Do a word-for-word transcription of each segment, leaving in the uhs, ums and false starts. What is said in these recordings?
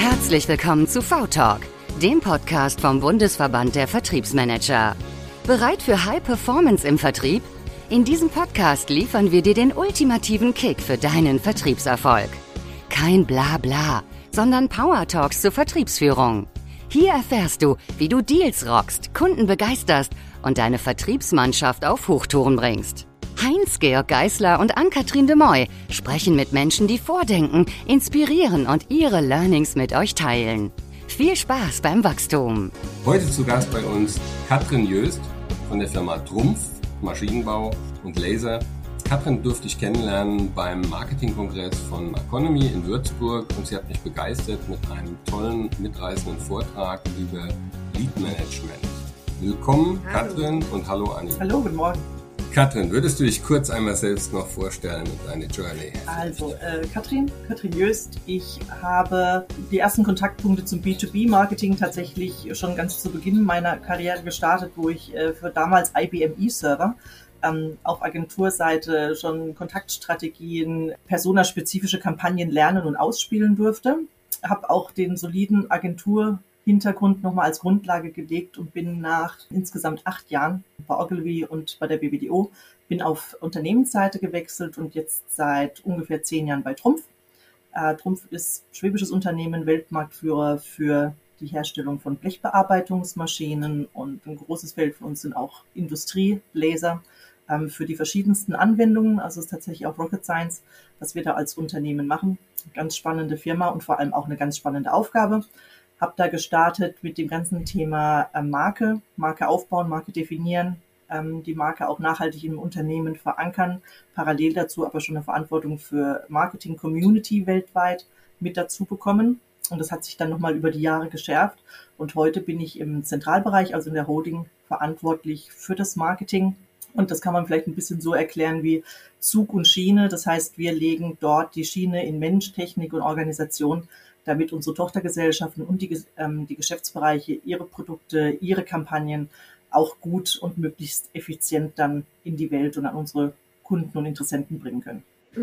Herzlich willkommen zu V-Talk, dem Podcast vom Bundesverband der Vertriebsmanager. Bereit für High Performance im Vertrieb? In diesem Podcast liefern wir dir den ultimativen Kick für deinen Vertriebserfolg. Kein Blabla, sondern Power Talks zur Vertriebsführung. Hier erfährst du, wie du Deals rockst, Kunden begeisterst und deine Vertriebsmannschaft auf Hochtouren bringst. Heinz-Georg Geisler und Ann-Kathrin de Moy sprechen mit Menschen, die vordenken, inspirieren und ihre Learnings mit euch teilen. Viel Spaß beim Wachstum. Heute zu Gast bei uns Katrin Jöst von der Firma Trumpf, Maschinenbau und Laser. Katrin durfte ich kennenlernen beim Marketingkongress von Economy in Würzburg und sie hat mich begeistert mit einem tollen, mitreißenden Vortrag über Lead Management. Willkommen, hallo. Katrin, und hallo Anni. Hallo, guten Morgen. Katrin, würdest du dich kurz einmal selbst noch vorstellen und deine Journey? Also, äh, Katrin, Katrin Jöst. Ich habe die ersten Kontaktpunkte zum B zwei B Marketing tatsächlich schon ganz zu Beginn meiner Karriere gestartet, wo ich äh, für damals I B M E-Server ähm, auf Agenturseite schon Kontaktstrategien, personaspezifische Kampagnen lernen und ausspielen durfte. Habe auch den soliden Agentur Hintergrund nochmal als Grundlage gelegt und bin nach insgesamt acht Jahren bei Ogilvy und bei der B B D O, bin auf Unternehmensseite gewechselt und jetzt seit ungefähr zehn Jahren bei Trumpf. Äh, Trumpf ist schwäbisches Unternehmen, Weltmarktführer für die Herstellung von Blechbearbeitungsmaschinen und ein großes Feld für uns sind auch Industrielaser ähm, für die verschiedensten Anwendungen. Also es ist tatsächlich auch Rocket Science, was wir da als Unternehmen machen. Ganz spannende Firma und vor allem auch eine ganz spannende Aufgabe. Habe da gestartet mit dem ganzen Thema äh, Marke, Marke aufbauen, Marke definieren, ähm, die Marke auch nachhaltig im Unternehmen verankern, parallel dazu aber schon eine Verantwortung für Marketing-Community weltweit mit dazu bekommen. Und das hat sich dann nochmal über die Jahre geschärft. Und heute bin ich im Zentralbereich, also in der Holding, verantwortlich für das Marketing. Und das kann man vielleicht ein bisschen so erklären wie Zug und Schiene. Das heißt, wir legen dort die Schiene in Mensch, Technik und Organisation, damit unsere Tochtergesellschaften und die, ähm, die Geschäftsbereiche ihre Produkte, ihre Kampagnen auch gut und möglichst effizient dann in die Welt und an unsere Kunden und Interessenten bringen können.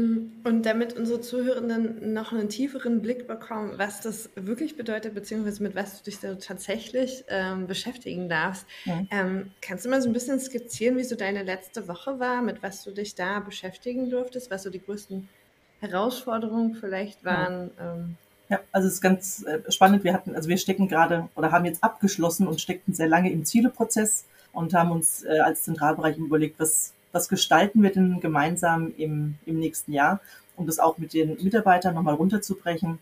Und damit unsere Zuhörenden noch einen tieferen Blick bekommen, was das wirklich bedeutet, beziehungsweise mit was du dich da tatsächlich ähm, beschäftigen darfst, ja. ähm, kannst du mal so ein bisschen skizzieren, wie so deine letzte Woche war, mit was du dich da beschäftigen durftest, was so die größten Herausforderungen vielleicht waren? Ja. Ähm, Ja, also es ist ganz äh, spannend. Wir hatten, also wir stecken gerade oder haben jetzt abgeschlossen und steckten sehr lange im Zieleprozess und haben uns äh, als Zentralbereich überlegt, was, was gestalten wir denn gemeinsam im, im nächsten Jahr, um das auch mit den Mitarbeitern nochmal runterzubrechen.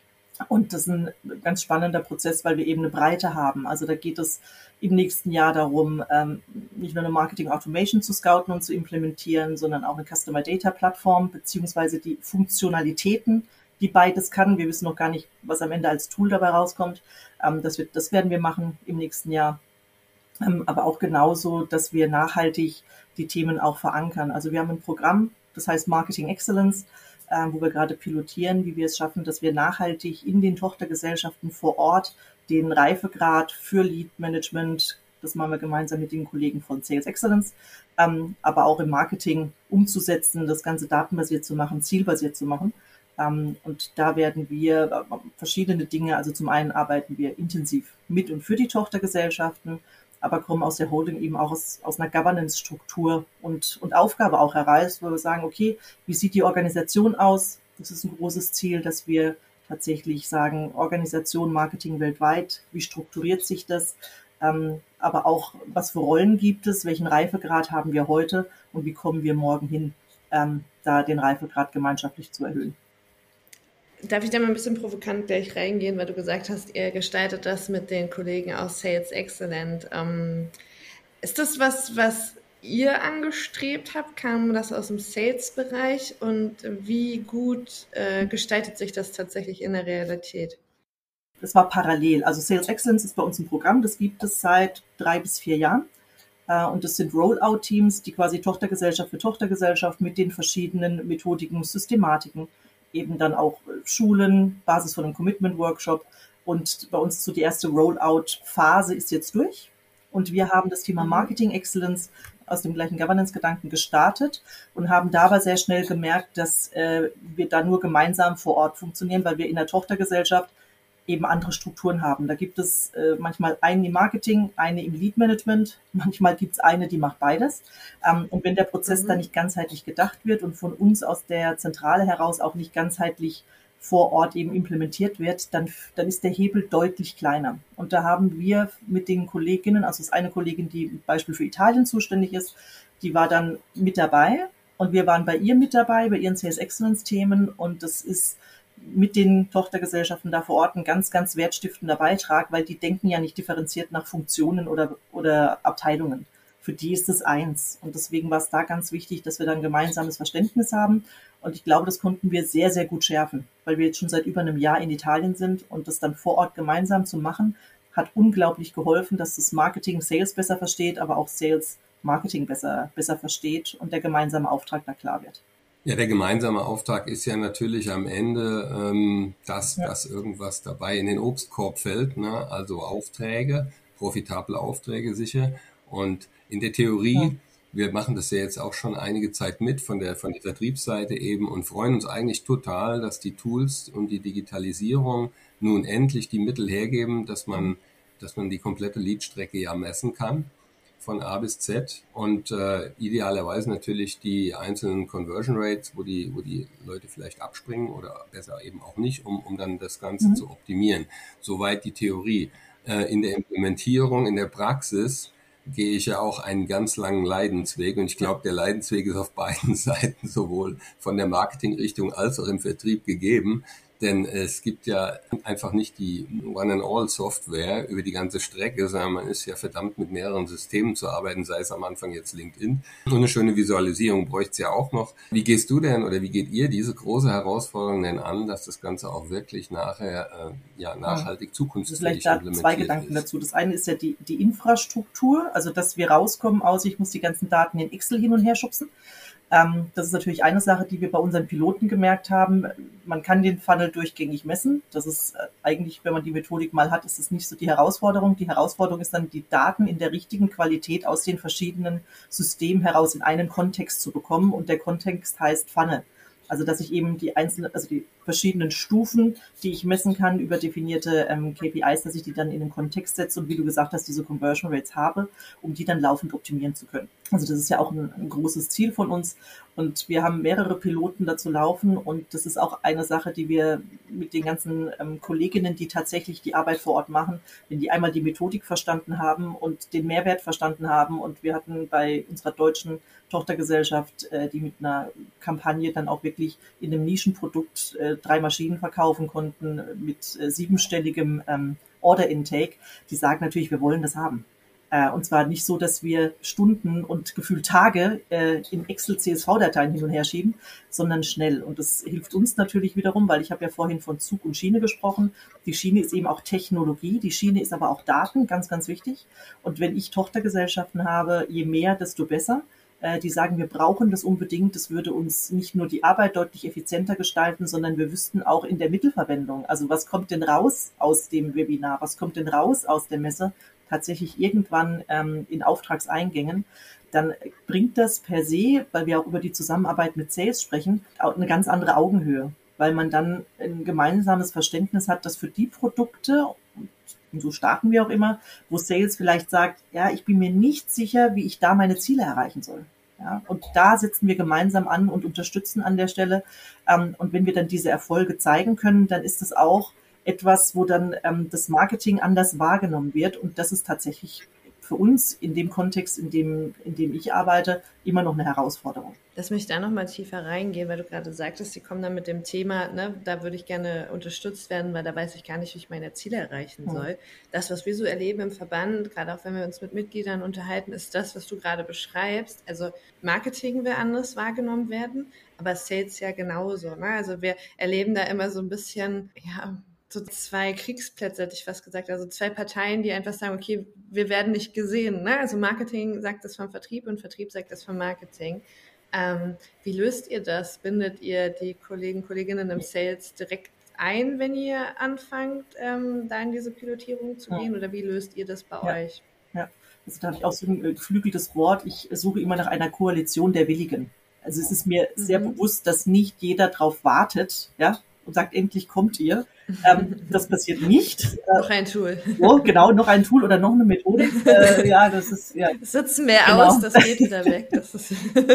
Und das ist ein ganz spannender Prozess, weil wir eben eine Breite haben. Also da geht es im nächsten Jahr darum, ähm, nicht nur eine Marketing Automation zu scouten und zu implementieren, sondern auch eine Customer Data Plattform beziehungsweise die Funktionalitäten, die beides kann. Wir wissen noch gar nicht, was am Ende als Tool dabei rauskommt. Ähm, das, wird, das werden wir machen im nächsten Jahr. Ähm, aber auch genauso, dass wir nachhaltig die Themen auch verankern. Also wir haben ein Programm, das heißt Marketing Excellence, äh, wo wir gerade pilotieren, wie wir es schaffen, dass wir nachhaltig in den Tochtergesellschaften vor Ort den Reifegrad für Lead Management, das machen wir gemeinsam mit den Kollegen von Sales Excellence, ähm, aber auch im Marketing umzusetzen, das Ganze datenbasiert zu machen, zielbasiert zu machen. Um, und da werden wir uh, verschiedene Dinge, also zum einen arbeiten wir intensiv mit und für die Tochtergesellschaften, aber kommen aus der Holding eben auch aus, aus einer Governance-Struktur und, und Aufgabe auch heraus, wo wir sagen, okay, wie sieht die Organisation aus? Das ist ein großes Ziel, dass wir tatsächlich sagen, Organisation, Marketing weltweit, wie strukturiert sich das? Um, aber auch, was für Rollen gibt es? Welchen Reifegrad haben wir heute? Und wie kommen wir morgen hin, um, da den Reifegrad gemeinschaftlich zu erhöhen? Darf ich da mal ein bisschen provokant gleich reingehen, weil du gesagt hast, ihr gestaltet das mit den Kollegen aus Sales Excellent. Ähm, ist das was, was ihr angestrebt habt? Kam das aus dem Sales-Bereich? Und wie gut äh, gestaltet sich das tatsächlich in der Realität? Das war parallel. Also Sales Excellence ist bei uns ein Programm, das gibt es seit drei bis vier Jahren. Äh, und das sind Rollout-Teams, die quasi Tochtergesellschaft für Tochtergesellschaft mit den verschiedenen Methodiken, Systematiken, eben dann auch Schulen, Basis von einem Commitment-Workshop. Und bei uns so die erste Rollout-Phase ist jetzt durch. Und wir haben das Thema Marketing Excellence aus dem gleichen Governance-Gedanken gestartet und haben dabei sehr schnell gemerkt, dass äh, wir da nur gemeinsam vor Ort funktionieren, weil wir in der Tochtergesellschaft eben andere Strukturen haben. Da gibt es äh, manchmal einen im Marketing, eine im Lead-Management, manchmal gibt es eine, die macht beides. Ähm, und wenn der Prozess mhm. dann nicht ganzheitlich gedacht wird und von uns aus der Zentrale heraus auch nicht ganzheitlich vor Ort eben implementiert wird, dann, dann ist der Hebel deutlich kleiner. Und da haben wir mit den Kolleginnen, also es ist eine Kollegin, die zum Beispiel für Italien zuständig ist, die war dann mit dabei und wir waren bei ihr mit dabei, bei ihren Sales Excellence Themen, und das ist mit den Tochtergesellschaften da vor Ort ein ganz, ganz wertstiftender Beitrag, weil die denken ja nicht differenziert nach Funktionen oder, oder Abteilungen. Für die ist es eins. Und deswegen war es da ganz wichtig, dass wir da ein gemeinsames Verständnis haben. Und ich glaube, das konnten wir sehr, sehr gut schärfen, weil wir jetzt schon seit über einem Jahr in Italien sind, und das dann vor Ort gemeinsam zu machen, hat unglaublich geholfen, dass das Marketing Sales besser versteht, aber auch Sales Marketing besser, besser versteht und der gemeinsame Auftrag da klar wird. Ja, der gemeinsame Auftrag ist ja natürlich am Ende, ähm, dass, Ja. dass irgendwas dabei in den Obstkorb fällt, ne? Also Aufträge, profitable Aufträge sicher. Und in der Theorie, Ja. wir machen das ja jetzt auch schon einige Zeit mit von der, von der Vertriebsseite eben und freuen uns eigentlich total, dass die Tools und die Digitalisierung nun endlich die Mittel hergeben, dass man, dass man die komplette Leadstrecke ja messen kann, von A bis Z, und äh, idealerweise natürlich die einzelnen Conversion Rates, wo die, wo die Leute vielleicht abspringen oder besser eben auch nicht, um, um dann das Ganze Mhm. zu optimieren. Soweit die Theorie. Äh, in der Implementierung, in der Praxis gehe ich ja auch einen ganz langen Leidensweg, und ich glaube, der Leidensweg ist auf beiden Seiten sowohl von der Marketingrichtung als auch im Vertrieb gegeben. Denn es gibt ja einfach nicht die One-and-All-Software über die ganze Strecke, sondern man ist ja verdammt mit mehreren Systemen zu arbeiten, sei es am Anfang jetzt LinkedIn. Und eine schöne Visualisierung bräuchte es ja auch noch. Wie gehst du denn oder wie geht ihr diese große Herausforderung denn an, dass das Ganze auch wirklich nachher äh, ja nachhaltig zukunftsfähig Vielleicht da implementiert zwei Gedanken ist? dazu. Das eine ist ja die, die Infrastruktur, also dass wir rauskommen aus, ich muss die ganzen Daten in Excel hin und her schubsen. Ähm, das ist natürlich eine Sache, die wir bei unseren Piloten gemerkt haben. Man kann den Funnel durchgängig messen. Das ist äh, eigentlich, wenn man die Methodik mal hat, ist das nicht so die Herausforderung. Die Herausforderung ist dann, die Daten in der richtigen Qualität aus den verschiedenen Systemen heraus in einen Kontext zu bekommen. Und der Kontext heißt Funnel. Also dass ich eben die einzelnen, also die verschiedenen Stufen, die ich messen kann über definierte ähm, K P Is, dass ich die dann in den Kontext setze und wie du gesagt hast, diese Conversion Rates habe, um die dann laufend optimieren zu können. Also das ist ja auch ein, ein großes Ziel von uns, und wir haben mehrere Piloten dazu laufen, und das ist auch eine Sache, die wir mit den ganzen ähm, Kolleginnen, die tatsächlich die Arbeit vor Ort machen, wenn die einmal die Methodik verstanden haben und den Mehrwert verstanden haben, und wir hatten bei unserer deutschen Tochtergesellschaft, äh, die mit einer Kampagne dann auch wirklich in einem Nischenprodukt äh, drei Maschinen verkaufen konnten mit äh, siebenstelligem ähm, Order Intake, die sagen natürlich, wir wollen das haben. Äh, und zwar nicht so, dass wir Stunden und gefühlt Tage äh, in Excel-C S V-Dateien hin und her schieben, sondern schnell. Und das hilft uns natürlich wiederum, weil ich habe ja vorhin von Zug und Schiene gesprochen. Die Schiene ist eben auch Technologie, die Schiene ist aber auch Daten, ganz, ganz wichtig. Und wenn ich Tochtergesellschaften habe, je mehr, desto besser. Die sagen, wir brauchen das unbedingt. Das würde uns nicht nur die Arbeit deutlich effizienter gestalten, sondern wir wüssten auch in der Mittelverwendung, also was kommt denn raus aus dem Webinar, was kommt denn raus aus der Messe, tatsächlich irgendwann ähm, in Auftragseingängen, dann bringt das per se, weil wir auch über die Zusammenarbeit mit Sales sprechen, auch eine ganz andere Augenhöhe, weil man dann ein gemeinsames Verständnis hat, dass für die Produkte, und so starten wir auch immer, wo Sales vielleicht sagt, ja, ich bin mir nicht sicher, wie ich da meine Ziele erreichen soll. Ja, und da setzen wir gemeinsam an und unterstützen an der Stelle. Ähm, und wenn wir dann diese Erfolge zeigen können, dann ist das auch etwas, wo dann ähm, das Marketing anders wahrgenommen wird. Und das ist tatsächlich für uns in dem Kontext, in dem, in dem ich arbeite, immer noch eine Herausforderung. Lass mich da nochmal tiefer reingehen, weil du gerade sagtest, Sie kommen dann mit dem Thema, ne, da würde ich gerne unterstützt werden, weil da weiß ich gar nicht, wie ich meine Ziele erreichen soll. Mhm. Das, was wir so erleben im Verband, gerade auch wenn wir uns mit Mitgliedern unterhalten, ist das, was du gerade beschreibst. Also Marketing will anders wahrgenommen werden, aber Sales ja genauso. Ne? Also wir erleben da immer so ein bisschen, ja, so zwei Kriegsplätze, hätte ich fast gesagt, also zwei Parteien, die einfach sagen, okay, wir werden nicht gesehen. Ne? Also Marketing sagt das vom Vertrieb und Vertrieb sagt das vom Marketing. Ähm, wie löst ihr das? Bindet ihr die Kollegen, Kolleginnen im Sales direkt ein, wenn ihr anfangt, ähm, da in diese Pilotierung zu gehen? Ja. Oder wie löst ihr das bei ja. euch? Ja, also da habe ich auch so ein geflügeltes Wort. Ich suche immer nach einer Koalition der Willigen. Also es ist mir mhm. sehr bewusst, dass nicht jeder drauf wartet, ja, und sagt, endlich kommt ihr. Ähm, das passiert nicht. Noch ein Tool. So, genau, noch ein Tool oder noch eine Methode. Äh, ja, das ist, ja. Sitzen mehr genau. aus, das geht wieder weg. Das ist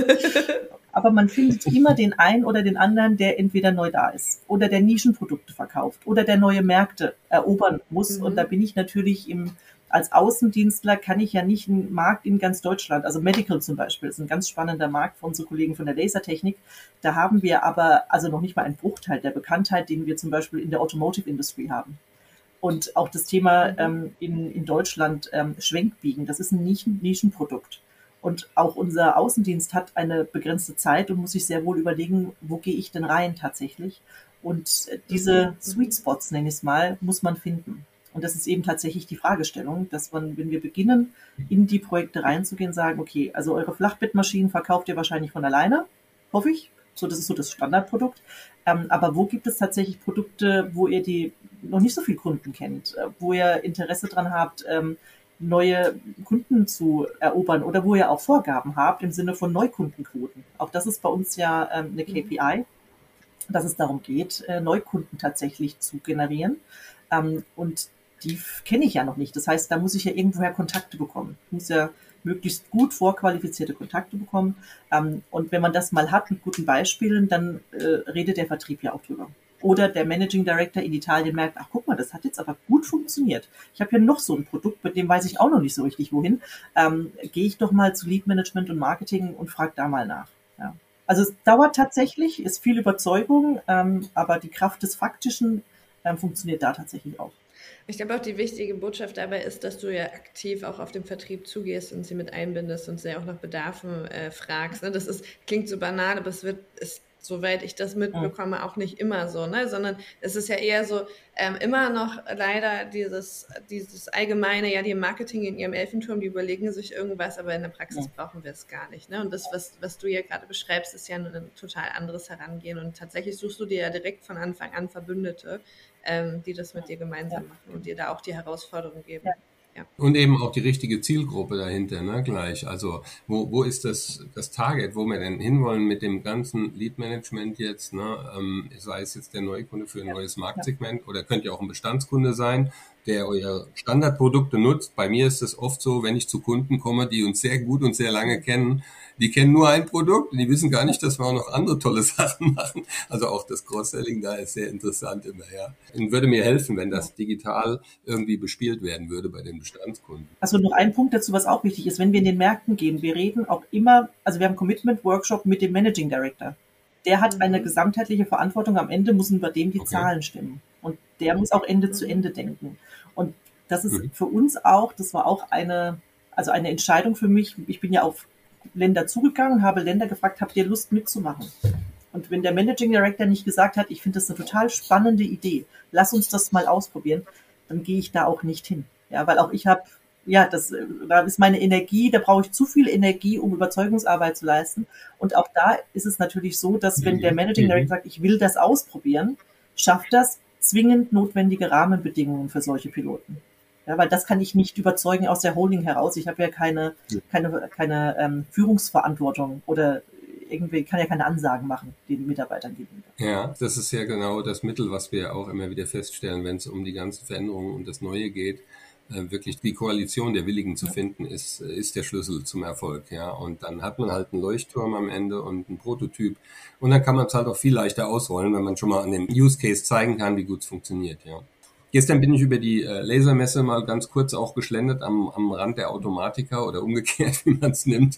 Aber man findet immer den einen oder den anderen, der entweder neu da ist oder der Nischenprodukte verkauft oder der neue Märkte erobern muss. Mhm. Und da bin ich natürlich im, als Außendienstler kann ich ja nicht einen Markt in ganz Deutschland, also Medical zum Beispiel, ist ein ganz spannender Markt für unsere Kollegen von der Lasertechnik. Da haben wir aber also noch nicht mal einen Bruchteil der Bekanntheit, den wir zum Beispiel in der Automotive Industry haben. Und auch das Thema ähm, in, in Deutschland ähm, Schwenkbiegen, das ist ein Nischen, Nischenprodukt. Und auch unser Außendienst hat eine begrenzte Zeit und muss sich sehr wohl überlegen, wo gehe ich denn rein tatsächlich. Und diese Sweet Spots, nenne ich es mal, muss man finden. Und das ist eben tatsächlich die Fragestellung, dass man, wenn wir beginnen, in die Projekte reinzugehen, sagen, okay, also eure Flachbettmaschinen verkauft ihr wahrscheinlich von alleine, hoffe ich. So, das ist so das Standardprodukt. Ähm, aber wo gibt es tatsächlich Produkte, wo ihr die noch nicht so viele Kunden kennt, wo ihr Interesse dran habt, ähm, neue Kunden zu erobern oder wo ihr auch Vorgaben habt im Sinne von Neukundenquoten. Auch das ist bei uns ja ähm, eine K P I, dass es darum geht, äh, Neukunden tatsächlich zu generieren. Ähm, und die kenne ich ja noch nicht. Das heißt, da muss ich ja irgendwoher Kontakte bekommen. Ich muss ja möglichst gut vorqualifizierte Kontakte bekommen. Ähm, und wenn man das mal hat mit guten Beispielen, dann äh, redet der Vertrieb ja auch drüber. Oder der Managing Director in Italien merkt, ach guck mal, das hat jetzt aber gut funktioniert. Ich habe hier noch so ein Produkt, mit dem weiß ich auch noch nicht so richtig wohin. Ähm, gehe ich doch mal zu Lead Management und Marketing und frage da mal nach. Ja. Also es dauert tatsächlich, ist viel Überzeugung, ähm, aber die Kraft des Faktischen ähm, funktioniert da tatsächlich auch. Ich glaube auch die wichtige Botschaft dabei ist, dass du ja aktiv auch auf den Vertrieb zugehst und sie mit einbindest und sie auch nach Bedarfen äh, fragst. Ne? Das ist, klingt so banal, aber es wird, es soweit ich das mitbekomme, auch nicht immer so, ne? Sondern es ist ja eher so, ähm, immer noch leider dieses, dieses allgemeine, ja, die im Marketing in ihrem Elfenturm, die überlegen sich irgendwas, aber in der Praxis ja. brauchen wir es gar nicht, ne? Und das, was, was du ja gerade beschreibst, ist ja ein total anderes Herangehen und tatsächlich suchst du dir ja direkt von Anfang an Verbündete, ähm, die das mit dir gemeinsam ja. machen und dir da auch die Herausforderung geben. Ja. Ja. Und eben auch die richtige Zielgruppe dahinter, ne, gleich. Also, wo, wo ist das, das Target, wo wir denn hinwollen mit dem ganzen Lead-Management jetzt, ne, ähm, sei es jetzt der Neukunde für ein ja. neues Marktsegment ja. oder könnt ihr auch ein Bestandskunde sein, der euer Standardprodukte nutzt. Bei mir ist es oft so, wenn ich zu Kunden komme, die uns sehr gut und sehr lange kennen, die kennen nur ein Produkt und die wissen gar nicht, dass wir auch noch andere tolle Sachen machen. Also auch das Cross-Selling da ist sehr interessant immer, ja. Und würde mir helfen, wenn das digital irgendwie bespielt werden würde bei den Bestandskunden. Also noch ein Punkt dazu, was auch wichtig ist, wenn wir in den Märkten gehen, wir reden auch immer, also wir haben einen Commitment-Workshop mit dem Managing Director. Der hat eine gesamtheitliche Verantwortung, am Ende müssen bei dem die okay. Zahlen stimmen. Und der muss auch Ende zu Ende denken. Und das ist mhm. für uns auch, das war auch eine, also eine Entscheidung für mich. Ich bin ja auf Länder zugegangen, habe Länder gefragt, habt ihr Lust mitzumachen? Und wenn der Managing Director nicht gesagt hat, ich finde das eine total spannende Idee, lass uns das mal ausprobieren, dann gehe ich da auch nicht hin. Ja, weil auch ich habe, ja, das, da ist meine Energie, da brauche ich zu viel Energie, um Überzeugungsarbeit zu leisten. Und auch da ist es natürlich so, dass wenn der Managing Director sagt, ich will das ausprobieren, schafft das zwingend notwendige Rahmenbedingungen für solche Piloten. Ja, weil das kann ich nicht überzeugen aus der Holding heraus. Ich habe ja keine, keine, keine ähm, Führungsverantwortung oder irgendwie kann ja keine Ansagen machen den Mitarbeitern gegenüber. Ja, das ist ja genau das Mittel, was wir auch immer wieder feststellen, wenn es um die ganzen Veränderungen und das Neue geht. Äh, wirklich die Koalition der Willigen zu finden, ist, ist der Schlüssel zum Erfolg. Ja, und dann hat man halt einen Leuchtturm am Ende und einen Prototyp. Und dann kann man es halt auch viel leichter ausrollen, wenn man schon mal an dem Use Case zeigen kann, wie gut es funktioniert. Ja. Gestern bin ich über die äh, Lasermesse mal ganz kurz auch geschlendert am, am Rand der Automatiker oder umgekehrt, wie man es nimmt,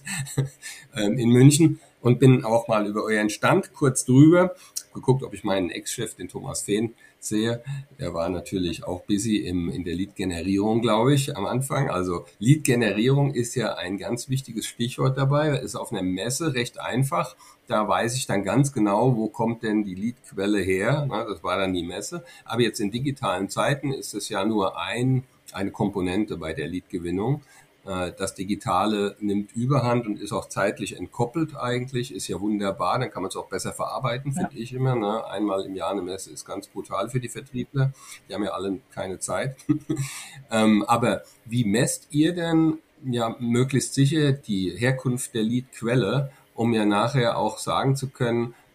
ähm, in München und bin auch mal über euren Stand kurz drüber, geguckt, ob ich meinen Ex-Chef, den Thomas Fehn, sehe. Der war natürlich auch busy im, in der Lead-Generierung, glaube ich, am Anfang. Also Lead-Generierung ist ja ein ganz wichtiges Stichwort dabei. Ist auf einer Messe recht einfach. Da weiß ich dann ganz genau, wo kommt denn die Lead-Quelle her. Na, das war dann die Messe. Aber jetzt in digitalen Zeiten ist es ja nur ein, eine Komponente bei der Lead-Gewinnung. Das Digitale nimmt Überhand und ist auch zeitlich entkoppelt eigentlich, ist ja wunderbar, dann kann man es auch besser verarbeiten, finde ja. ich immer. Ne? Einmal im Jahr eine Messe ist ganz brutal für die Vertriebler, die haben ja alle keine Zeit. ähm, aber wie messt ihr denn ja möglichst sicher die Herkunft der Lead-Quelle, um ja nachher auch sagen zu können,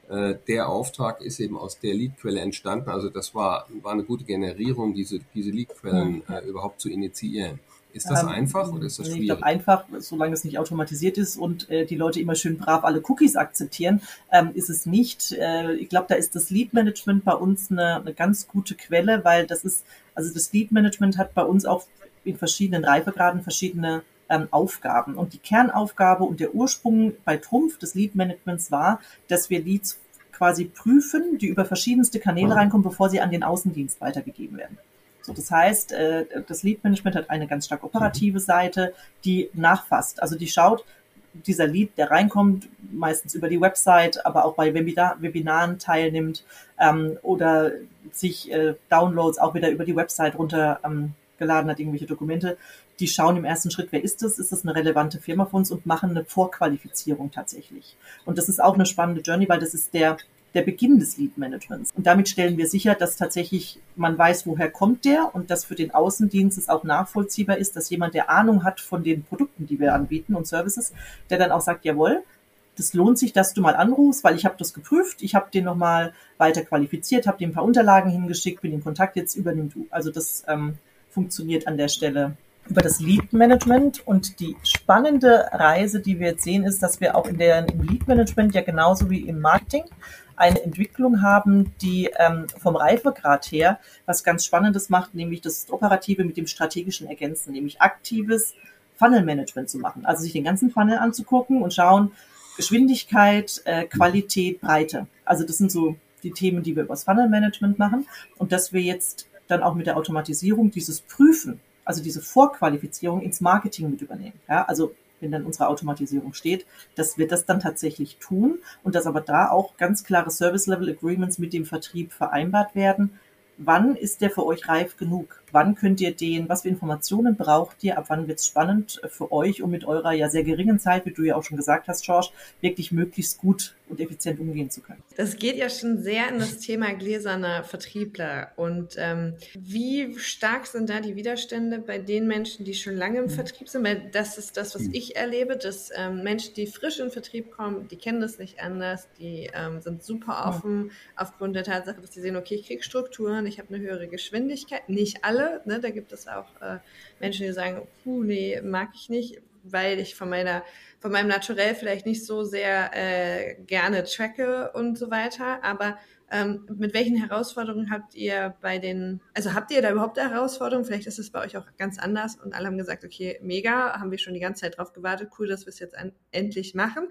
Äh, der Auftrag ist eben aus der Leadquelle entstanden. Also das war, war eine gute Generierung, diese, diese Leadquellen äh, überhaupt zu initiieren. Ist das ähm, einfach oder ist das schwierig? Ich glaube einfach, solange es nicht automatisiert ist und äh, die Leute immer schön brav alle Cookies akzeptieren, ähm, ist es nicht. Äh, ich glaube, da ist das Lead Management bei uns eine, eine ganz gute Quelle, weil das ist, also das Lead Management hat bei uns auch in verschiedenen Reifegraden verschiedene ähm, Aufgaben. Und die Kernaufgabe und der Ursprung bei Trumpf des Lead Managements war, dass wir Leads quasi prüfen, die über verschiedenste Kanäle reinkommen, bevor sie an den Außendienst weitergegeben werden. So, das heißt, das Lead Management hat eine ganz stark operative Seite, die nachfasst. Also die schaut, dieser Lead, der reinkommt, meistens über die Website, aber auch bei Webinar, Webinaren teilnimmt ähm, oder sich äh, Downloads auch wieder über die Website runtergeladen ähm, hat, irgendwelche Dokumente. Die schauen im ersten Schritt, wer ist das? Ist das eine relevante Firma für uns? Und machen eine Vorqualifizierung tatsächlich. Und das ist auch eine spannende Journey, weil das ist der der Beginn des Lead-Managements. Und damit stellen wir sicher, dass tatsächlich man weiß, woher kommt der und dass für den Außendienst es auch nachvollziehbar ist, dass jemand, der Ahnung hat von den Produkten, die wir anbieten und Services, der dann auch sagt, jawohl, das lohnt sich, dass du mal anrufst, weil ich habe das geprüft, ich habe den nochmal weiter qualifiziert, habe dem ein paar Unterlagen hingeschickt, bin in Kontakt, jetzt übernimm du. Also das ähm, funktioniert an der Stelle über das Lead-Management. Und die spannende Reise, die wir jetzt sehen, ist, dass wir auch in der, im Lead-Management ja genauso wie im Marketing eine Entwicklung haben, die ähm, vom Reifegrad her was ganz Spannendes macht, nämlich das Operative mit dem Strategischen ergänzen, nämlich aktives Funnel-Management zu machen. Also sich den ganzen Funnel anzugucken und schauen, Geschwindigkeit, äh, Qualität, Breite. Also das sind so die Themen, die wir über das Funnel-Management machen. Und dass wir jetzt dann auch mit der Automatisierung dieses Prüfen, also diese Vorqualifizierung ins Marketing mit übernehmen. Ja, also wenn dann unsere Automatisierung steht, dass wir das dann tatsächlich tun und dass aber da auch ganz klare Service-Level-Agreements mit dem Vertrieb vereinbart werden. Wann ist der für euch reif genug? Wann könnt ihr den, was für Informationen braucht ihr? Ab wann wird es spannend für euch, um mit eurer ja sehr geringen Zeit, wie du ja auch schon gesagt hast, George, wirklich möglichst gut und effizient umgehen zu können? Das geht ja schon sehr in das Thema gläserner Vertriebler. Und ähm, wie stark sind da die Widerstände bei den Menschen, die schon lange im mhm. Vertrieb sind? Weil das ist das, was mhm. ich erlebe, dass ähm, Menschen, die frisch in den Vertrieb kommen, die kennen das nicht anders, die ähm, sind super offen mhm. aufgrund der Tatsache, dass sie sehen, okay, ich kriege Strukturen, ich habe eine höhere Geschwindigkeit. Nicht alle. Ne, da gibt es auch äh, Menschen, die sagen, puh, nee, mag ich nicht, weil ich von meiner, von meinem Naturell vielleicht nicht so sehr äh, gerne tracke und so weiter. Aber ähm, mit welchen Herausforderungen habt ihr bei den, also habt ihr da überhaupt Herausforderungen? Vielleicht ist es bei euch auch ganz anders und alle haben gesagt, okay, mega, haben wir schon die ganze Zeit drauf gewartet, cool, dass wir es jetzt an, endlich machen.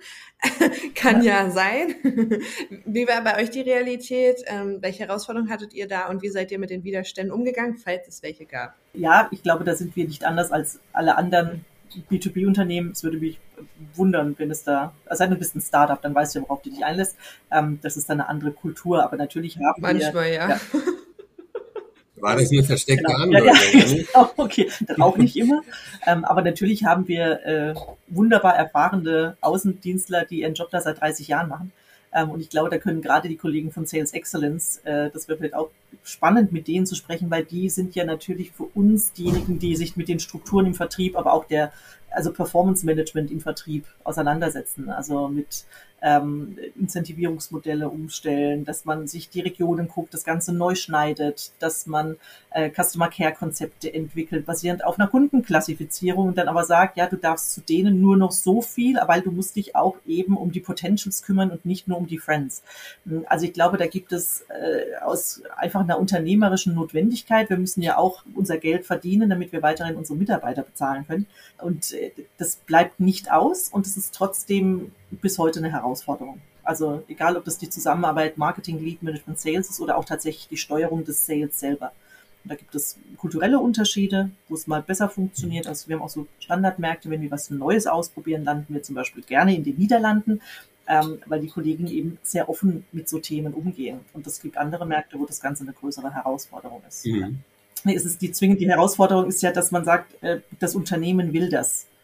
Kann ja, ja sein. Wie war bei euch die Realität? Ähm, welche Herausforderungen hattet ihr da und wie seid ihr mit den Widerständen umgegangen, falls es welche gab? Ja, ich glaube, da sind wir nicht anders als alle anderen B zwei B-Unternehmen. Es würde mich wundern, wenn es da, also du bist ein Startup, dann weißt du, worauf du dich einlässt. Ähm, das ist dann eine andere Kultur, aber natürlich haben Manchmal, wir... Manchmal, ja. ja. War das eine versteckte genau. Andeutung? Ja, ja, okay, dann auch nicht immer. Ähm, aber natürlich haben wir äh, wunderbar erfahrene Außendienstler, die ihren Job da seit dreißig Jahren machen. Ähm, und ich glaube, da können gerade die Kollegen von Sales Excellence, äh, das wird vielleicht auch spannend, mit denen zu sprechen, weil die sind ja natürlich für uns diejenigen, die sich mit den Strukturen im Vertrieb, aber auch der, also Performance Management im Vertrieb auseinandersetzen. Also mit ähm, Incentivierungsmodelle umstellen, dass man sich die Regionen guckt, das Ganze neu schneidet, dass man äh, Customer Care Konzepte entwickelt, basierend auf einer Kundenklassifizierung und dann aber sagt, ja, du darfst zu denen nur noch so viel, weil du musst dich auch eben um die Potentials kümmern und nicht nur um die Friends. Also ich glaube, da gibt es äh, aus einfach einer unternehmerischen Notwendigkeit, wir müssen ja auch unser Geld verdienen, damit wir weiterhin unsere Mitarbeiter bezahlen können. Und äh, das bleibt nicht aus und es ist trotzdem bis heute eine Herausforderung. Also egal, ob das die Zusammenarbeit Marketing, Lead Management, Sales ist oder auch tatsächlich die Steuerung des Sales selber. Und da gibt es kulturelle Unterschiede, wo es mal besser funktioniert. Also wir haben auch so Standardmärkte, wenn wir was Neues ausprobieren, landen wir zum Beispiel gerne in den Niederlanden, ähm, weil die Kollegen eben sehr offen mit so Themen umgehen. Und es gibt andere Märkte, wo das Ganze eine größere Herausforderung ist. Mhm. Es ist die zwingend, die Herausforderung ist ja, dass man sagt, äh, das Unternehmen will das.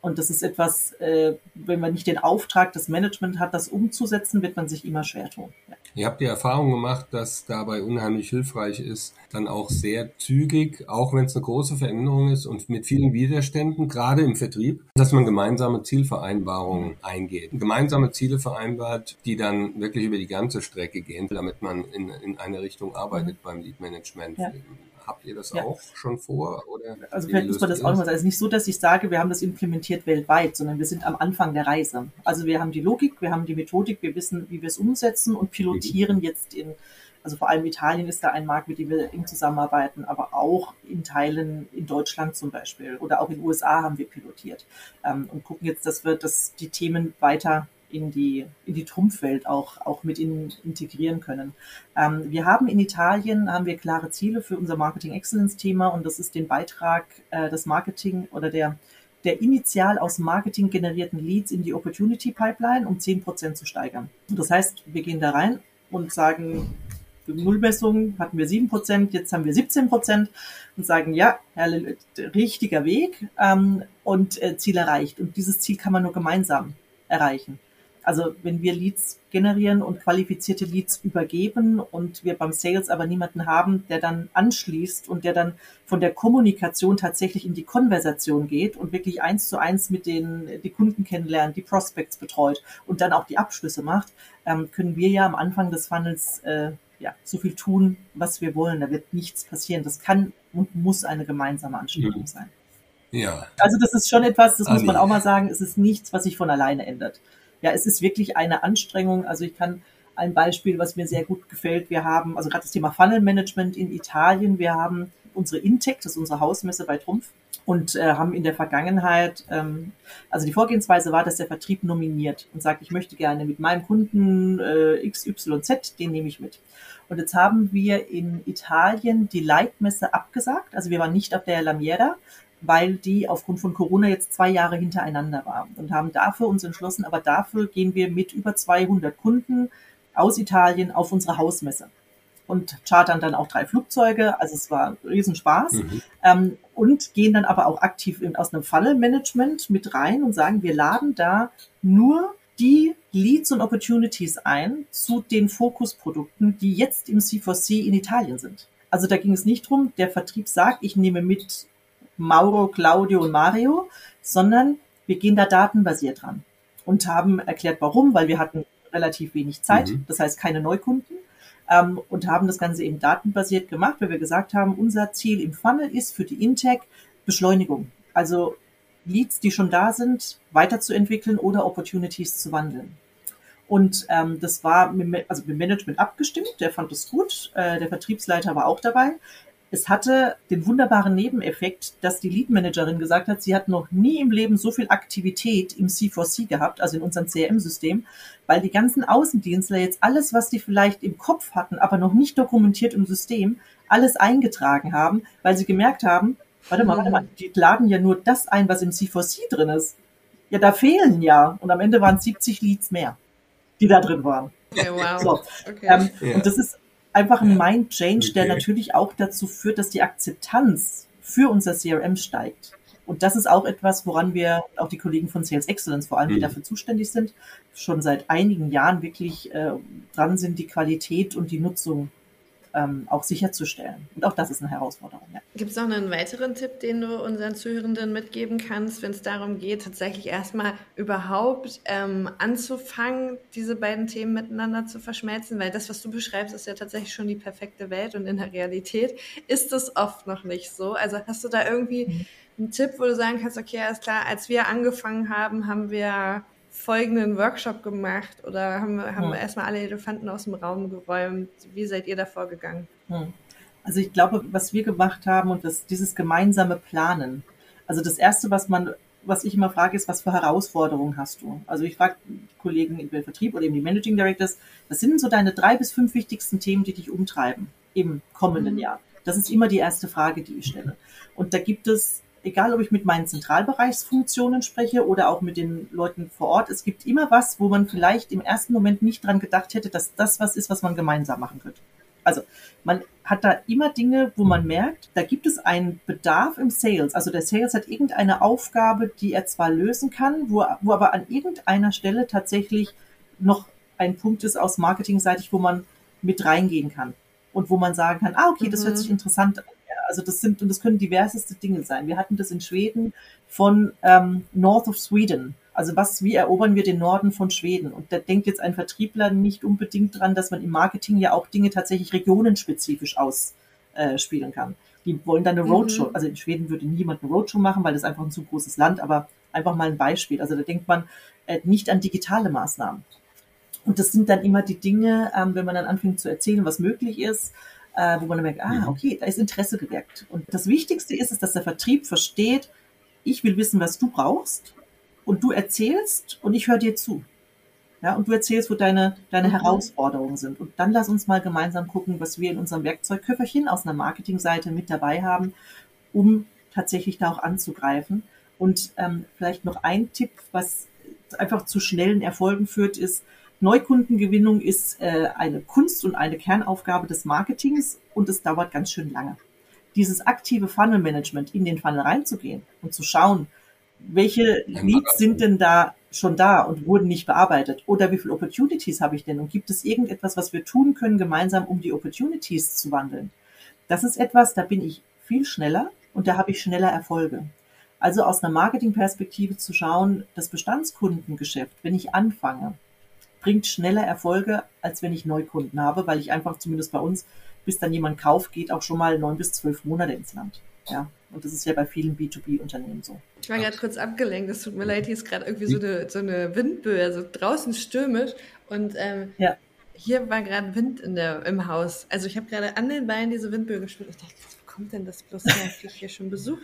Und das ist etwas, äh, wenn man nicht den Auftrag des Management hat, das umzusetzen, wird man sich immer schwer tun. Ja. Ihr habt die Erfahrung gemacht, dass dabei unheimlich hilfreich ist, dann auch sehr zügig, auch wenn es eine große Veränderung ist und mit vielen Widerständen, gerade im Vertrieb, dass man gemeinsame Zielvereinbarungen eingeht. Gemeinsame Ziele vereinbart, die dann wirklich über die ganze Strecke gehen, damit man in, in eine Richtung arbeitet mhm. beim Lead Management. Ja. Habt ihr das ja. auch schon vor? Oder also vielleicht muss man das auch noch mal sagen. Es ist nicht so, dass ich sage, wir haben das implementiert weltweit, sondern wir sind am Anfang der Reise. Also wir haben die Logik, wir haben die Methodik, wir wissen, wie wir es umsetzen und pilotieren mhm. jetzt in, also vor allem Italien ist da ein Markt, mit dem wir eng zusammenarbeiten, aber auch in Teilen in Deutschland zum Beispiel oder auch in den U S A haben wir pilotiert ähm, und gucken jetzt, dass wir das, die Themen weiter in die, in die Trumpfwelt auch, auch mit in, integrieren können. Ähm, wir haben in Italien, haben wir klare Ziele für unser Marketing Excellence Thema und das ist den Beitrag äh, des Marketing oder der, der initial aus Marketing generierten Leads in die Opportunity Pipeline um zehn Prozent zu steigern. Und das heißt, wir gehen da rein und sagen, für Nullmessung hatten wir sieben Prozent, jetzt haben wir siebzehn Prozent und sagen, ja, richtiger Weg ähm, und äh, Ziel erreicht. Und dieses Ziel kann man nur gemeinsam erreichen. Also wenn wir Leads generieren und qualifizierte Leads übergeben und wir beim Sales aber niemanden haben, der dann anschließt und der dann von der Kommunikation tatsächlich in die Konversation geht und wirklich eins zu eins mit den die Kunden kennenlernt, die Prospects betreut und dann auch die Abschlüsse macht, ähm, können wir ja am Anfang des Funnels äh, ja so viel tun, was wir wollen. Da wird nichts passieren. Das kann und muss eine gemeinsame Anstrengung mhm. sein. Ja. Also das ist schon etwas, das Anni. muss man auch mal sagen, es ist nichts, was sich von alleine ändert. Ja, es ist wirklich eine Anstrengung. Also ich kann ein Beispiel, was mir sehr gut gefällt. Wir haben, also gerade das Thema Funnel Management in Italien. Wir haben unsere Intec, das ist unsere Hausmesse bei Trumpf und äh, haben in der Vergangenheit, ähm, also die Vorgehensweise war, dass der Vertrieb nominiert und sagt, ich möchte gerne mit meinem Kunden äh, X Y Z, den nehme ich mit. Und jetzt haben wir in Italien die Leitmesse abgesagt. Also wir waren nicht auf der Lamiera, weil die aufgrund von Corona jetzt zwei Jahre hintereinander war und haben dafür uns entschlossen, aber dafür gehen wir mit über zweihundert Kunden aus Italien auf unsere Hausmesse und chartern dann auch drei Flugzeuge, also es war ein Riesenspaß mhm. ähm, und gehen dann aber auch aktiv in, aus einem Funnel-Management mit rein und sagen, wir laden da nur die Leads und Opportunities ein zu den Fokusprodukten, die jetzt im C vier C in Italien sind. Also da ging es nicht drum, der Vertrieb sagt, ich nehme mit Mauro, Claudio und Mario, sondern wir gehen da datenbasiert dran und haben erklärt, warum, weil wir hatten relativ wenig Zeit, mhm. das heißt keine Neukunden, ähm, und haben das Ganze eben datenbasiert gemacht, weil wir gesagt haben, unser Ziel im Funnel ist für die Intec Beschleunigung, also Leads, die schon da sind, weiterzuentwickeln oder Opportunities zu wandeln. Und ähm, das war mit, also mit Management abgestimmt, der fand das gut, äh, der Vertriebsleiter war auch dabei. Es hatte den wunderbaren Nebeneffekt, dass die Lead-Managerin gesagt hat, sie hat noch nie im Leben so viel Aktivität im C vier C gehabt, also in unserem C R M-System, weil die ganzen Außendienstler jetzt alles, was die vielleicht im Kopf hatten, aber noch nicht dokumentiert im System, alles eingetragen haben, weil sie gemerkt haben, warte mal, warte mal, die laden ja nur das ein, was im C vier C drin ist. Ja, da fehlen ja. Und am Ende waren es siebzig Leads mehr, die da drin waren. Okay, wow. So, okay. Ähm, ja. Und das ist einfach ein Mind-Change, der okay. natürlich auch dazu führt, dass die Akzeptanz für unser C R M steigt. Und das ist auch etwas, woran wir, auch die Kollegen von Sales Excellence vor allem, die mhm. dafür zuständig sind, schon seit einigen Jahren wirklich äh, dran sind, die Qualität und die Nutzung ähm, auch sicherzustellen. Und auch das ist eine Herausforderung. Ja. Gibt es noch einen weiteren Tipp, den du unseren Zuhörenden mitgeben kannst, wenn es darum geht, tatsächlich erstmal überhaupt ähm, anzufangen, diese beiden Themen miteinander zu verschmelzen? Weil das, was du beschreibst, ist ja tatsächlich schon die perfekte Welt und in der Realität ist es oft noch nicht so. Also hast du da irgendwie mhm. einen Tipp, wo du sagen kannst, okay, alles klar, als wir angefangen haben, haben wir folgenden Workshop gemacht oder haben, haben hm. wir erstmal alle Elefanten aus dem Raum geräumt? Wie seid ihr da vorgegangen? Hm. Also ich glaube, was wir gemacht haben und das, dieses gemeinsame Planen. Also das Erste, was man, was ich immer frage, ist, was für Herausforderungen hast du? Also ich frage Kollegen im Vertrieb oder eben die Managing Directors, was sind so deine drei bis fünf wichtigsten Themen, die dich umtreiben im kommenden hm. Jahr? Das ist immer die erste Frage, die ich stelle. Und da gibt es, egal ob ich mit meinen Zentralbereichsfunktionen spreche oder auch mit den Leuten vor Ort, es gibt immer was, wo man vielleicht im ersten Moment nicht dran gedacht hätte, dass das was ist, was man gemeinsam machen könnte. Also man hat da immer Dinge, wo man merkt, da gibt es einen Bedarf im Sales. Also der Sales hat irgendeine Aufgabe, die er zwar lösen kann, wo, wo aber an irgendeiner Stelle tatsächlich noch ein Punkt ist aus marketingseitig, wo man mit reingehen kann und wo man sagen kann, ah, okay, das hört sich interessant an. Also das sind, und das können diverseste Dinge sein. Wir hatten das in Schweden von ähm, North of Sweden. Also was, wie erobern wir den Norden von Schweden? Und da denkt jetzt ein Vertriebler nicht unbedingt dran, dass man im Marketing ja auch Dinge tatsächlich regionenspezifisch ausspielen äh, kann. Die wollen dann eine Roadshow. Mhm. Also in Schweden würde niemand eine Roadshow machen, weil das einfach ein zu großes Land, aber einfach mal ein Beispiel. Also da denkt man äh, nicht an digitale Maßnahmen. Und das sind dann immer die Dinge, ähm, wenn man dann anfängt zu erzählen, was möglich ist, äh, wo man dann merkt, ah, okay, da ist Interesse geweckt. Und das Wichtigste ist, ist, dass der Vertrieb versteht, ich will wissen, was du brauchst und du erzählst und ich höre dir zu. Ja, und du erzählst, wo deine, deine mhm. Herausforderungen sind. Und dann lass uns mal gemeinsam gucken, was wir in unserem Werkzeugköfferchen aus einer Marketingseite mit dabei haben, um tatsächlich da auch anzugreifen. Und ähm, vielleicht noch ein Tipp, was einfach zu schnellen Erfolgen führt, ist, Neukundengewinnung ist äh, eine Kunst und eine Kernaufgabe des Marketings und es dauert ganz schön lange. Dieses aktive Funnel-Management, in den Funnel reinzugehen und zu schauen, welche Leads sind denn da schon da und wurden nicht bearbeitet oder wie viele Opportunities habe ich denn und gibt es irgendetwas, was wir tun können gemeinsam, um die Opportunities zu wandeln. Das ist etwas, da bin ich viel schneller und da habe ich schneller Erfolge. Also aus einer Marketingperspektive zu schauen, das Bestandskundengeschäft, wenn ich anfange, bringt schneller Erfolge, als wenn ich Neukunden habe, weil ich einfach, zumindest bei uns, bis dann jemand kauft, geht auch schon mal neun bis zwölf Monate ins Land. Ja, und das ist ja bei vielen B zwei B-Unternehmen so. Ich war gerade kurz abgelenkt, es tut mir leid, hier ist gerade irgendwie so eine, so eine Windböe, also draußen stürmisch und ähm, ja. Hier war gerade Wind in der, im Haus. Also ich habe gerade an den Beinen diese Windböe gespürt. Ich dachte, wo kommt denn das bloß her? Kriege ich hier schon Besuch?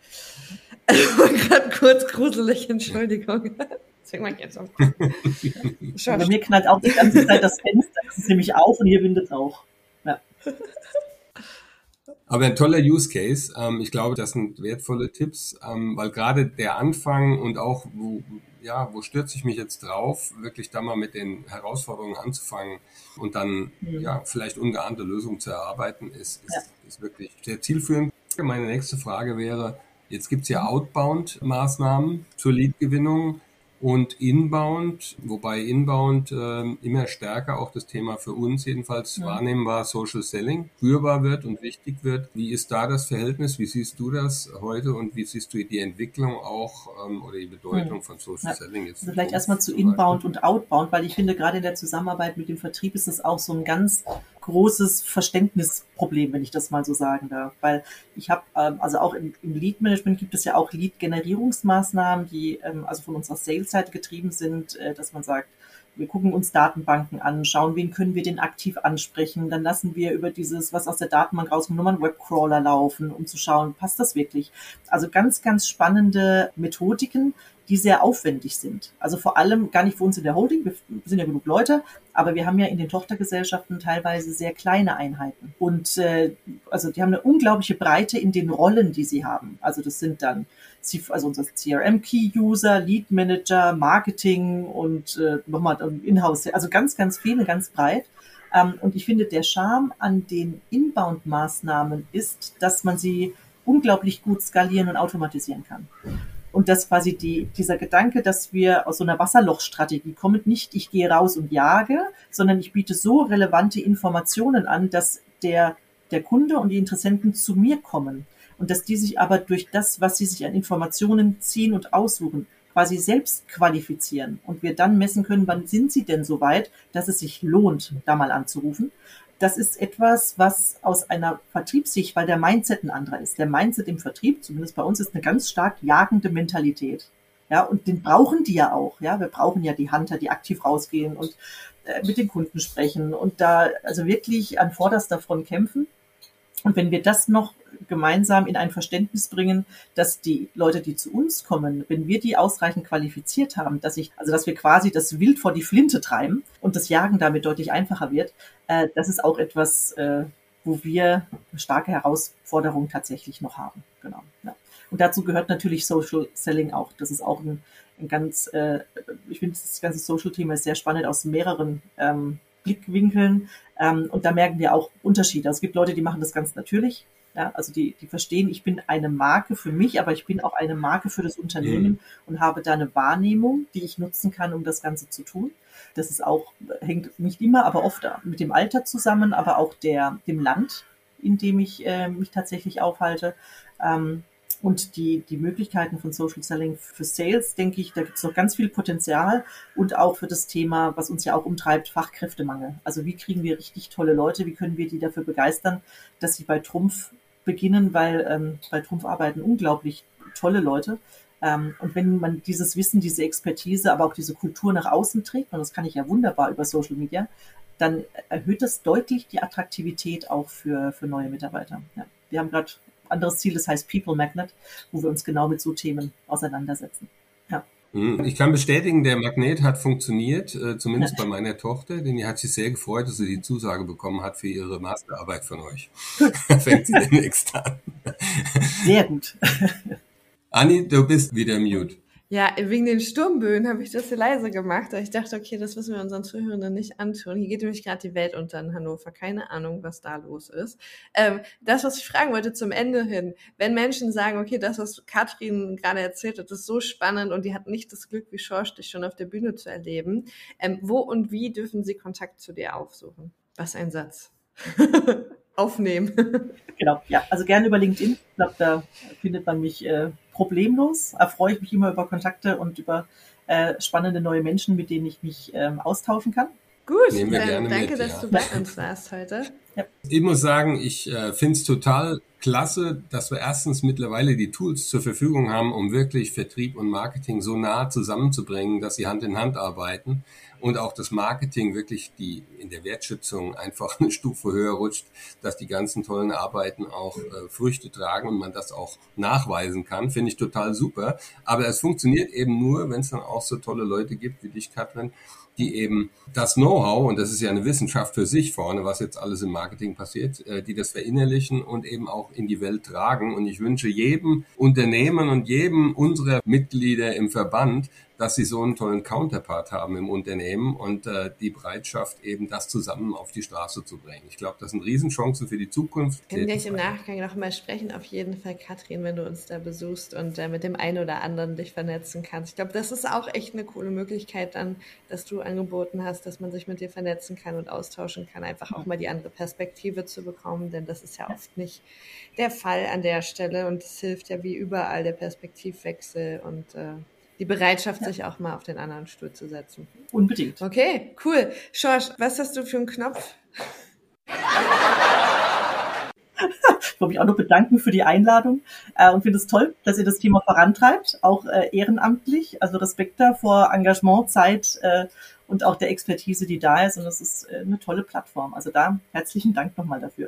Also war gerade kurz gruselig, Entschuldigung. Deswegen mache ich jetzt auch. Bei mir knallt auch die ganze Zeit das Fenster. Das ist nämlich auf und hier windet es auch. Ja. Aber ein toller Use Case. Ich glaube, das sind wertvolle Tipps, weil gerade der Anfang und auch, wo, ja, wo stürze ich mich jetzt drauf, wirklich da mal mit den Herausforderungen anzufangen und dann mhm. ja vielleicht ungeahnte Lösungen zu erarbeiten, ist, ist, ja. ist wirklich sehr zielführend. Meine nächste Frage wäre, jetzt gibt es ja Outbound-Maßnahmen zur Lead-Gewinnung und Inbound, wobei Inbound äh, immer stärker auch das Thema für uns jedenfalls ja. wahrnehmbar Social Selling spürbar wird und wichtig wird. Wie ist da das Verhältnis? Wie siehst du das heute und wie siehst du die Entwicklung auch ähm, oder die Bedeutung hm. von Social ja. Selling jetzt? Also vielleicht erstmal zu Inbound und Outbound, weil ich finde, gerade in der Zusammenarbeit mit dem Vertrieb ist es auch so ein ganz großes Verständnisproblem, wenn ich das mal so sagen darf. Weil ich habe, ähm, also auch im, im Lead-Management gibt es ja auch Lead-Generierungsmaßnahmen, die ähm, also von unserer Sales-Seite getrieben sind, äh, dass man sagt, wir gucken uns Datenbanken an, schauen, wen können wir denn aktiv ansprechen, dann lassen wir über dieses, was aus der Datenbank rauskommt, nochmal einen Webcrawler laufen, um zu schauen, passt das wirklich? Also ganz, ganz spannende Methodiken, die sehr aufwendig sind. Also vor allem gar nicht für uns in der Holding, wir sind ja genug Leute, aber wir haben ja in den Tochtergesellschaften teilweise sehr kleine Einheiten. Und äh, also die haben eine unglaubliche Breite in den Rollen, die sie haben. Also das sind dann also unser C R M-Key-User, Lead-Manager, Marketing und äh, nochmal Inhouse, also ganz, ganz viele, ganz breit. Ähm, und ich finde, der Charme an den Inbound-Maßnahmen ist, dass man sie unglaublich gut skalieren und automatisieren kann. Und dass quasi die, dieser Gedanke, dass wir aus so einer Wasserlochstrategie kommen, nicht ich gehe raus und jage, sondern ich biete so relevante Informationen an, dass der, der Kunde und die Interessenten zu mir kommen. Und dass die sich aber durch das, was sie sich an Informationen ziehen und aussuchen, quasi selbst qualifizieren. Und wir dann messen können, wann sind sie denn so weit, dass es sich lohnt, da mal anzurufen. Das ist etwas, was aus einer Vertriebssicht, weil der Mindset ein anderer ist. Der Mindset im Vertrieb, zumindest bei uns, ist eine ganz stark jagende Mentalität. Ja, und den brauchen die ja auch. Ja, wir brauchen ja die Hunter, die aktiv rausgehen und äh, mit den Kunden sprechen und da also wirklich an vorderster Front kämpfen. Und wenn wir das noch gemeinsam in ein Verständnis bringen, dass die Leute, die zu uns kommen, wenn wir die ausreichend qualifiziert haben, dass ich, also dass wir quasi das Wild vor die Flinte treiben und das Jagen damit deutlich einfacher wird, äh, das ist auch etwas, äh, wo wir eine starke Herausforderung tatsächlich noch haben. Genau. Ja. Und dazu gehört natürlich Social Selling auch. Das ist auch ein, ein ganz, äh, ich finde das ganze Social-Thema ist sehr spannend aus mehreren ähm, Blickwinkeln. Ähm, und da merken wir auch Unterschiede. Also es gibt Leute, die machen das ganz natürlich. Ja, also die, die verstehen, ich bin eine Marke für mich, aber ich bin auch eine Marke für das Unternehmen mhm. und habe da eine Wahrnehmung, die ich nutzen kann, um das Ganze zu tun. Das ist auch, hängt nicht immer, aber oft mit dem Alter zusammen, aber auch der, dem Land, in dem ich äh, mich tatsächlich aufhalte. Ähm, und die, die Möglichkeiten von Social Selling für Sales, denke ich, da gibt es noch ganz viel Potenzial und auch für das Thema, was uns ja auch umtreibt, Fachkräftemangel. Also wie kriegen wir richtig tolle Leute, wie können wir die dafür begeistern, dass sie bei Trumpf beginnen, weil ähm, bei Trumpf arbeiten unglaublich tolle Leute. Ähm, und wenn man dieses Wissen, diese Expertise, aber auch diese Kultur nach außen trägt, und das kann ich ja wunderbar über Social Media, dann erhöht das deutlich die Attraktivität auch für, für neue Mitarbeiter. Ja. Wir haben gerade ein anderes Ziel, das heißt People Magnet, wo wir uns genau mit so Themen auseinandersetzen. Ja. Ich kann bestätigen, der Magnet hat funktioniert, äh, zumindest bei meiner Tochter, denn die hat sich sehr gefreut, dass sie die Zusage bekommen hat für ihre Masterarbeit von euch. Da fängt sie demnächst an. Sehr gut. Anni, du bist wieder mute. Ja, wegen den Sturmböen habe ich das hier leise gemacht, aber ich dachte, okay, das müssen wir unseren Zuhörenden nicht antun. Hier geht nämlich gerade die Welt unter in Hannover. Keine Ahnung, was da los ist. Ähm, das, was ich fragen wollte zum Ende hin, wenn Menschen sagen, okay, das, was Katrin gerade erzählt hat, ist so spannend und die hat nicht das Glück, wie Schorsch, dich schon auf der Bühne zu erleben, ähm, wo und wie dürfen sie Kontakt zu dir aufsuchen? Was ein Satz. Aufnehmen. Genau, ja, also gerne über LinkedIn. Ich glaube, da findet man mich äh, problemlos. Da freue ich mich immer über Kontakte und über äh, spannende neue Menschen, mit denen ich mich ähm, austauschen kann. Gut, dann danke, mit, dass ja. du bei uns warst heute. Ja. Ich muss sagen, ich äh, finde es total klasse, dass wir erstens mittlerweile die Tools zur Verfügung haben, um wirklich Vertrieb und Marketing so nah zusammenzubringen, dass sie Hand in Hand arbeiten und auch das Marketing wirklich die in der Wertschätzung einfach eine Stufe höher rutscht, dass die ganzen tollen Arbeiten auch äh, Früchte tragen und man das auch nachweisen kann, finde ich total super. Aber es funktioniert eben nur, wenn es dann auch so tolle Leute gibt wie dich, Katrin, die eben das Know-how, und das ist ja eine Wissenschaft für sich vorne, was jetzt alles im Marketing passiert, die das verinnerlichen und eben auch in die Welt tragen. Und ich wünsche jedem Unternehmen und jedem unserer Mitglieder im Verband, dass sie so einen tollen Counterpart haben im Unternehmen und äh, die Bereitschaft, eben das zusammen auf die Straße zu bringen. Ich glaube, das sind Riesenchancen für die Zukunft. Wir können gleich im Nachgang noch mal sprechen. Auf jeden Fall, Katrin, wenn du uns da besuchst und äh, mit dem einen oder anderen dich vernetzen kannst. Ich glaube, das ist auch echt eine coole Möglichkeit dann, dass du angeboten hast, dass man sich mit dir vernetzen kann und austauschen kann, einfach auch mal die andere Perspektive zu bekommen, denn das ist ja oft nicht der Fall an der Stelle und es hilft ja wie überall der Perspektivwechsel und äh, die Bereitschaft, ja. sich auch mal auf den anderen Stuhl zu setzen. Unbedingt. Okay, cool. Schorsch, was hast du für einen Knopf? Ich wollte mich auch noch bedanken für die Einladung äh, und finde es toll, dass ihr das Thema vorantreibt, auch äh, ehrenamtlich. Also Respekt davor, Engagement, Zeit äh, und auch der Expertise, die da ist. Und das ist äh, eine tolle Plattform. Also da herzlichen Dank nochmal dafür.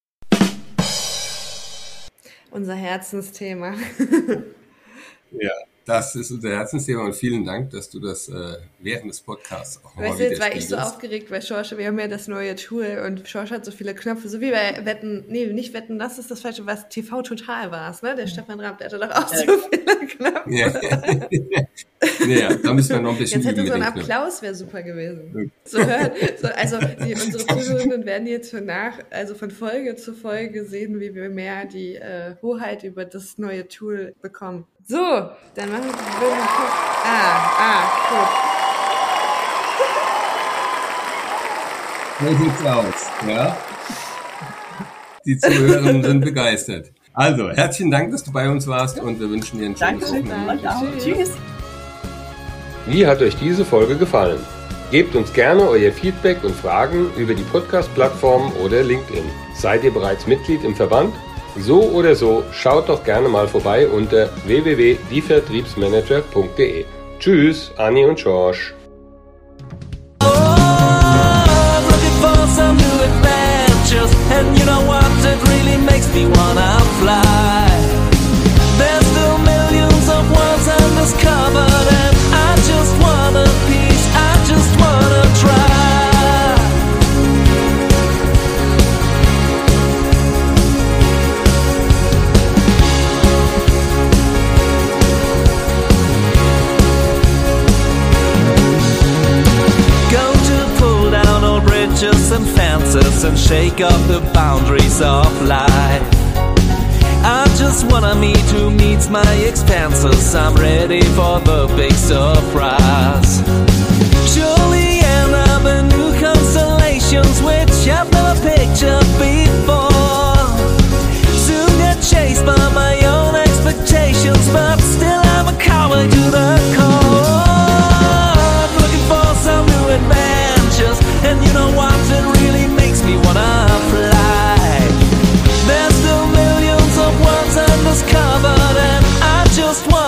Unser Herzensthema. Ja. Das ist unser Herzensthema und vielen Dank, dass du das äh, während des Podcasts auch nochmal widerspiegelst. Weißt du, jetzt war ich so aufgeregt bei Schorsch, wir haben ja das neue Tool und Schorsch hat so viele Knöpfe, so wie bei Wetten, nee, nicht Wetten, das ist das Falsche, was T V Total war es, ne? Der Stefan Raab, der hatte doch auch so viele Knöpfe. Ja, ja, da müssen wir noch ein bisschen Jetzt hätte so ein Applaus wäre super gewesen. So hören, so, also die, unsere Zuhörenden werden jetzt von, nach, also von Folge zu Folge sehen, wie wir mehr die äh, Hoheit über das neue Tool bekommen. So, dann machen wir die Blumen. Ah, ah, gut. So sieht's aus, ja. Die Zuhörerinnen sind begeistert. Also, herzlichen Dank, dass du bei uns warst und wir wünschen dir ein schönes Wochenende. Tschüss. Wie hat euch diese Folge gefallen? Gebt uns gerne euer Feedback und Fragen über die Podcast-Plattform oder LinkedIn. Seid ihr bereits Mitglied im Verband? So oder so, schaut doch gerne mal vorbei unter w w w punkt die vertriebsmanager punkt d e. Tschüss, Anni und Schorsch. break up the boundaries of life. I just wanna meet who meets my expenses. I'm ready for the big surprise. Surely end up in new constellations which I've never pictured before. Soon get chased by my own expectations, but still I'm a cowboy to the core. Looking for some new adventures, and you know what, it really makes me wanna fly. There's still millions of worlds undiscovered, and I just want